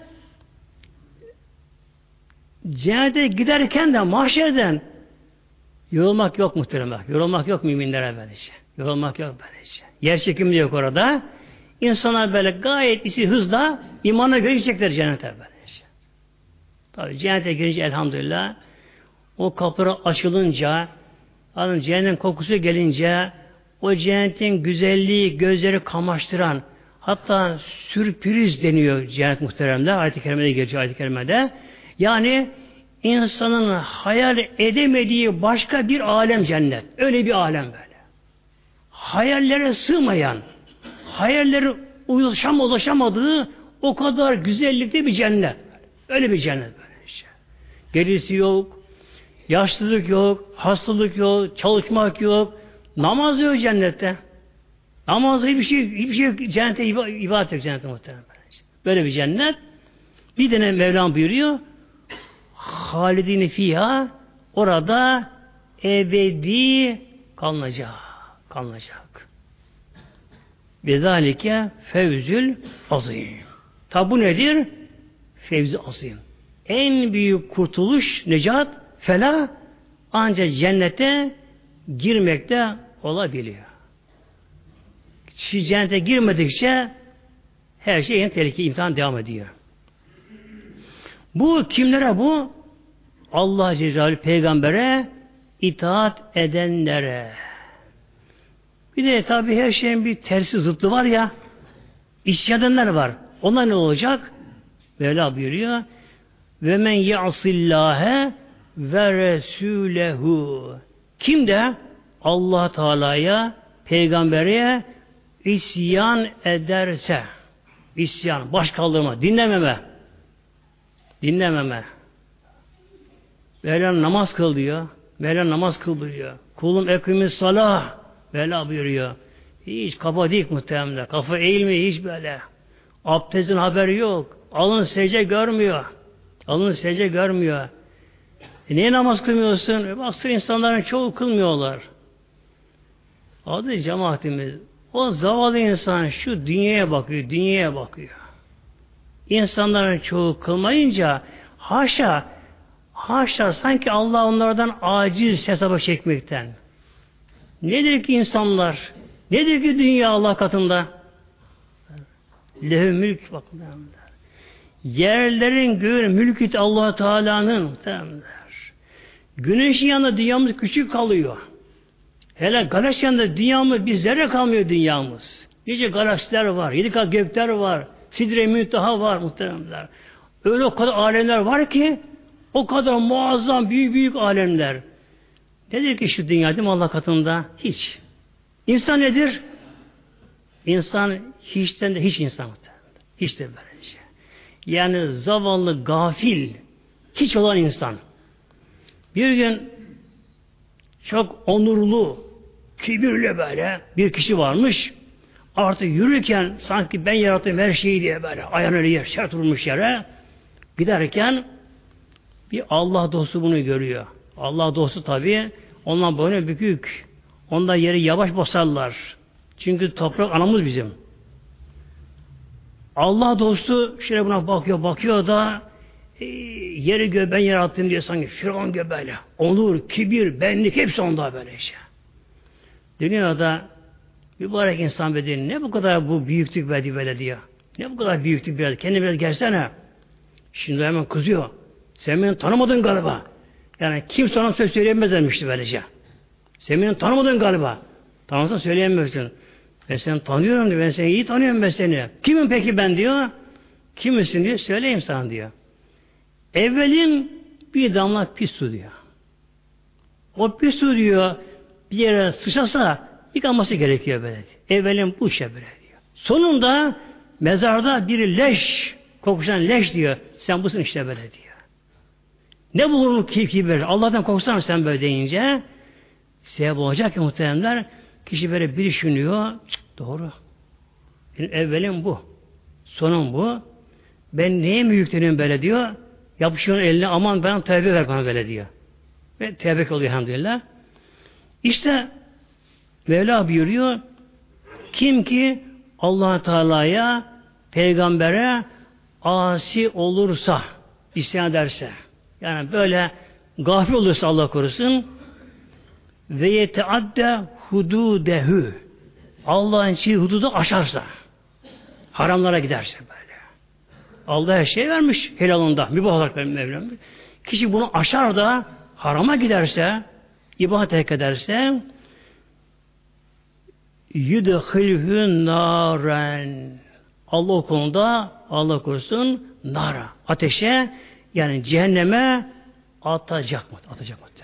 cennete giderken de mahşerden yorulmak yok muhtemelen. Yorulmak yok müminlere böylece. Yorulmak yok böylece. Yer çekimi yok orada. İnsanlar böyle gayet isi hızla imana girecekler cennete böylece. Tabii cennete girince elhamdülillah o kapıları açılınca alın cehennem kokusu gelince o cennetin güzelliği gözleri kamaştıran hatta sürpriz deniyor cennet muhteremde. Ayet-i kerimede geçiyor ayet-i kerimede. Yani insanın hayal edemediği başka bir alem cennet. Öyle bir alem böyle. Hayallere sığmayan, hayalleri ulaşam ulaşamadığı o kadar güzellikte bir cennet. Öyle bir cennet böyle işte. Gerisi yok, yaşlılık yok, hastalık yok, çalışmak yok, namaz yok cennette. Namaz hiçbir şey, hiçbir şey yok. Cennete ibadet yok cennette muhtemelen. Böyle bir cennet. Bir tane Mevlam buyuruyor. Halidine fiha, orada ebedi kalınacak. Kalınacak. Vezalike fevzül azim. Tabi bu nedir? Fevzi azim. En büyük kurtuluş, necat, felah ancak cennete girmekte olabiliyor. Kişi cennete girmedikçe her şey en tehlikeli imtihan devam ediyor. Bu kimlere bu? Allah Celle peygambere itaat edenlere. Bir de tabi her şeyin bir tersi zıttı var ya, isyan edenler var. Onlar ne olacak? Mevla buyuruyor. Ve men ya'sillâhe ve resûlehu. Kim de Allah Teala'ya, peygambere isyan ederse, isyan, baş kaldırma, dinlememe, dinlememe. Mevla namaz kıl diyor. Mevla namaz kıldırıyor. Kulum ekimiz salah. Mevla buyuruyor. Hiç kafa dik muhtemelen. Kafa eğilmiyor hiç böyle. Abdestin haberi yok. Alın secde görmüyor. Alın secde görmüyor. E niye namaz kılmıyorsun? E baksana insanların çoğu kılmıyorlar. Adı cemaatimiz. O zavallı insan şu dünyaya bakıyor. Dünyaya bakıyor. İnsanların çoğu kılmayınca haşa haşa sanki Allah onlardan aciz hesaba çekmekten. Nedir ki insanlar? Nedir ki dünya Allah katında? Lehü mülk bakın. Yerlerin göğün mülkü Allah Teala'nın. Güneşin yanında dünyamız küçük kalıyor. Hele galaksiyanda dünyamız, bir zerre kalmıyor dünyamız. Nice galaksiler var, yedi kat gökler var, Sidre-i Münteha var muhteremler. Öyle o kadar alemler var ki, o kadar muazzam, büyük büyük alemler. Nedir ki şu dünya değil mi Allah katında? Hiç. İnsan nedir? İnsan hiçten de hiç insan muhteremler. Hiç de böyle şey. Yani zavallı, gafil, hiç olan insan. Bir gün çok onurlu, kibirli böyle bir kişi varmış. Artık yürürken sanki ben yarattım her şeyi diye böyle ayağını öyle yer, şart vurmuş yere. Giderken bir Allah dostu bunu görüyor. Allah dostu tabii ondan boynu bükük. Ondan yeri yavaş basarlar. Çünkü toprak anamız bizim. Allah dostu şöyle buna bakıyor, bakıyor da e, yeri gö ben yarattım diye sanki Firavun gö böyle. Onur, kibir, benlik hepsi onda böyle şey. Dünyada mübarek insan bedeni ne bu kadar bu büyüklük verdi böyle diyor. Ne bu kadar büyüklük verdi. Kendine biraz gelsene. Şimdi hemen kızıyor. Sen beni tanımadın galiba. Yani kimse ona söz söyleyemez demişti böylece. Sen beni tanımadın galiba. Tanısan söyleyemezsin. Ben seni tanıyorum diyor. Ben seni iyi tanıyorum ben seni. Kimim peki ben diyor. Kimsin diyor. Söyleyeyim sana diyor. Evvelim bir damla pis su diyor. O pis su diyor bir yere sıçrasa yıkanması gerekiyor böyle diyor. Evvelim bu işe böyle diyor. Sonunda mezarda bir leş kokuşan leş diyor. Sen busun işte böyle diyor. Ne bulur ki kibir? Allah'tan korksan sen böyle deyince sebep olacak ki muhteremler kişi böyle bir düşünüyor. Cık, doğru. Benim evvelim bu. Sonum bu. Ben neye mi yükleniyorum böyle diyor. Yapışıyor eline aman ben tövbe ver bana böyle diyor. Ve tevbe oluyor elhamdülillah. İşte Mevla buyuruyor. Kim ki Allah Teala'ya peygambere asi olursa isyan ederse yani böyle gafil olursa Allah korusun ve yeteadde hududehu Allah'ın çiğ hududu aşarsa haramlara giderse böyle. Allah her şeyi vermiş helalında. Mübah olarak vermiş Mevlam. Kişi bunu aşar da harama giderse ibadet terk ederse yudhilhün naren Allah o konuda Allah korusun nara ateşe yani cehenneme atacak mı? Atacak mı?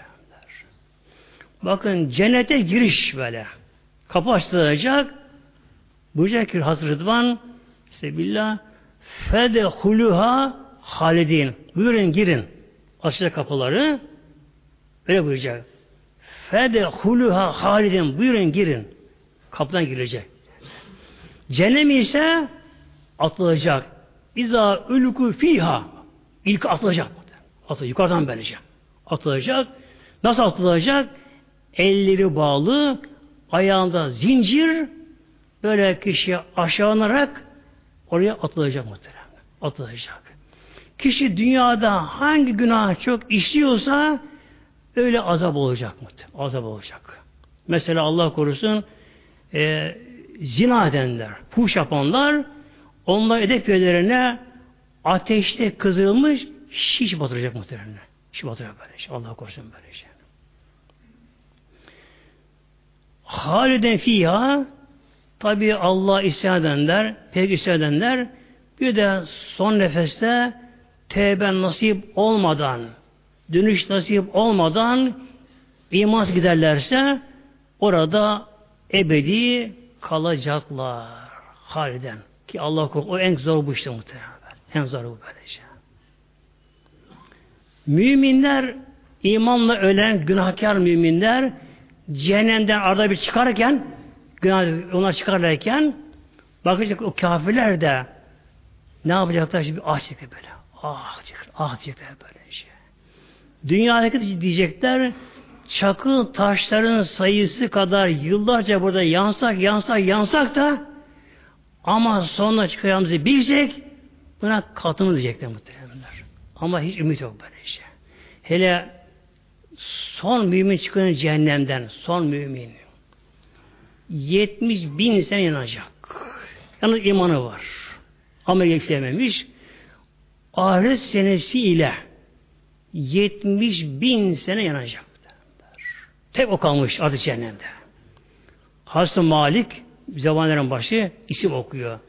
Bakın cennete giriş böyle. Kapı açılacak. Buyuracak ki Hazreti Rıdvan Sebillah fedehuluha halidin. Buyurun girin. Açacak kapıları. Öyle buyuracak. Fedehuluha halidin. Buyurun girin. Kapıdan girecek. Cehennem ise atılacak. İza ülkü fiha. İlk atılacak. Atılacak. Yukarıdan böylece. Atılacak. Nasıl atılacak? Elleri bağlı, ayağında zincir, böyle kişi aşağınarak oraya atılacak muhtemelen. Atılacak. Kişi dünyada hangi günah çok işliyorsa öyle azap olacak muhtemelen. Azap olacak. Mesela Allah korusun e, zina edenler, fuhuş yapanlar onlar edep üyelerine ateşte kızılmış şiş batıracak muhtemelen. Şiş batıracak böyle. Allah korusun böyle şey. Haliden fiha tabi Allah isyan edenler, pek isyan edenler bir de son nefeste tevbe nasip olmadan, dönüş nasip olmadan iman giderlerse orada ebedi kalacaklar. Haliden. Ki Allah korku. O en zor bu işte muhtemelen. En zor bu böylece. Müminler imanla ölen günahkar müminler cehennemden arada bir çıkarken günah onlar çıkarlarken bakacak o kafirler de ne yapacaklar şimdi ah çekecekler böyle. Ah çekecekler. Ah çekecekler böyle şey. Dünyadaki diyecekler çakıl taşların sayısı kadar yıllarca burada yansak yansak yansak da ama sonra çıkacağımızı bilecek buna katımız diyecekler muhtemelenler. Ama hiç ümit yok böyle şey. Hele son mümin çıkıyor cehennemden. Son mümin. yetmiş bin sene yanacak. Yalnız imanı var. Ama yükselmemiş. Ahiret senesi ile yetmiş bin sene yanacak. Tek o kalmış adı cehennemde. Hazreti Malik zamanların başı isim okuyor.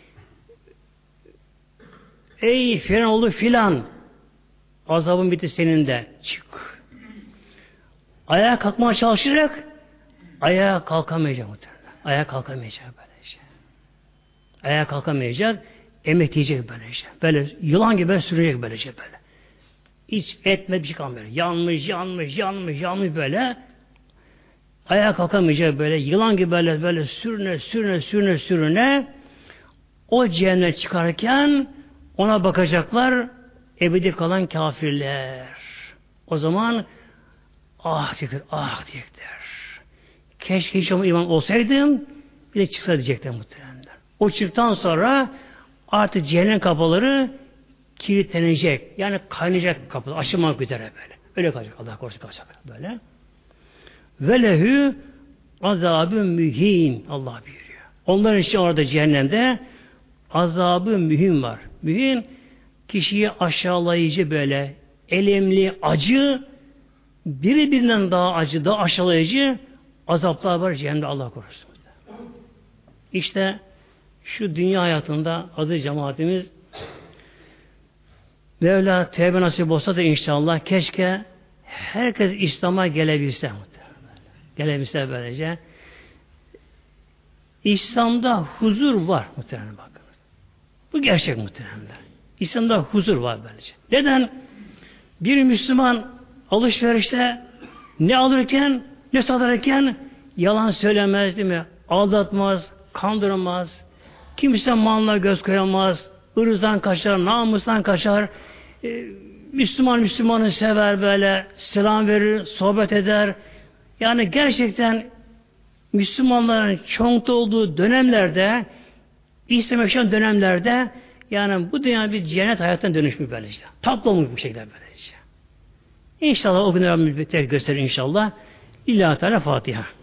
Ey Firavun filan, azabın bitti senin de, çık. Ayağa kalkmaya çalışarak ayağa kalkamayacak muhtemelen. Ayağa kalkamayacak böylece. Ayağa kalkamayacak, emek yiyecek böylece. Böyle yılan gibi sürünecek böylece böyle. Hiç etme bir şey kalmıyor. Yanmış, yanmış, yanmış, yanmış böyle. Ayağa kalkamayacak böyle. Yılan gibi böyle böyle sürüne, sürüne, sürüne, sürüne. O cehennem çıkarken ona bakacaklar ebedi kalan kafirler. O zaman ah diyecekler, ah diyecekler. Keşke hiç iman olsaydım bir de çıksa diyecekler muhtemelen. O çıktıktan sonra artık cehennem kapıları kilitlenecek. Yani kaynayacak kapılar. Açılmak üzere böyle. Öyle kalacak. Allah korusun kalacak böyle. Ve lehü azabı mühim. Allah buyuruyor. Onların için orada cehennemde azabı mühim var. Mühim kişiyi aşağılayıcı böyle elemli, acı birbirinden daha acı, daha aşağılayıcı azaplar var cehennemde Allah korusun. İşte şu dünya hayatında adı cemaatimiz Mevla tevbe nasip olsa da inşallah keşke herkes İslam'a gelebilse. Gelebilse böylece. İslam'da huzur var muhtemelen bakın. Bu gerçek muhtemelen. İslam'da huzur var böylece. Neden? Bir Müslüman alışverişte ne alırken ne satarken yalan söylemez değil mi? Aldatmaz, kandırmaz, kimse malına göz koyamaz, ırzdan kaçar, namustan kaçar, ee, Müslüman Müslümanı sever böyle, selam verir, sohbet eder. Yani gerçekten Müslümanların çoğunlukta olduğu dönemlerde, İslam yaşayan dönemlerde yani bu dünya bir cennet hayattan dönüşmüş böylece. Tatlı olmuş bu şekilde böylece. İnşallah o günler Rabbimiz gösterir inşallah. İllahi Teala Fatiha.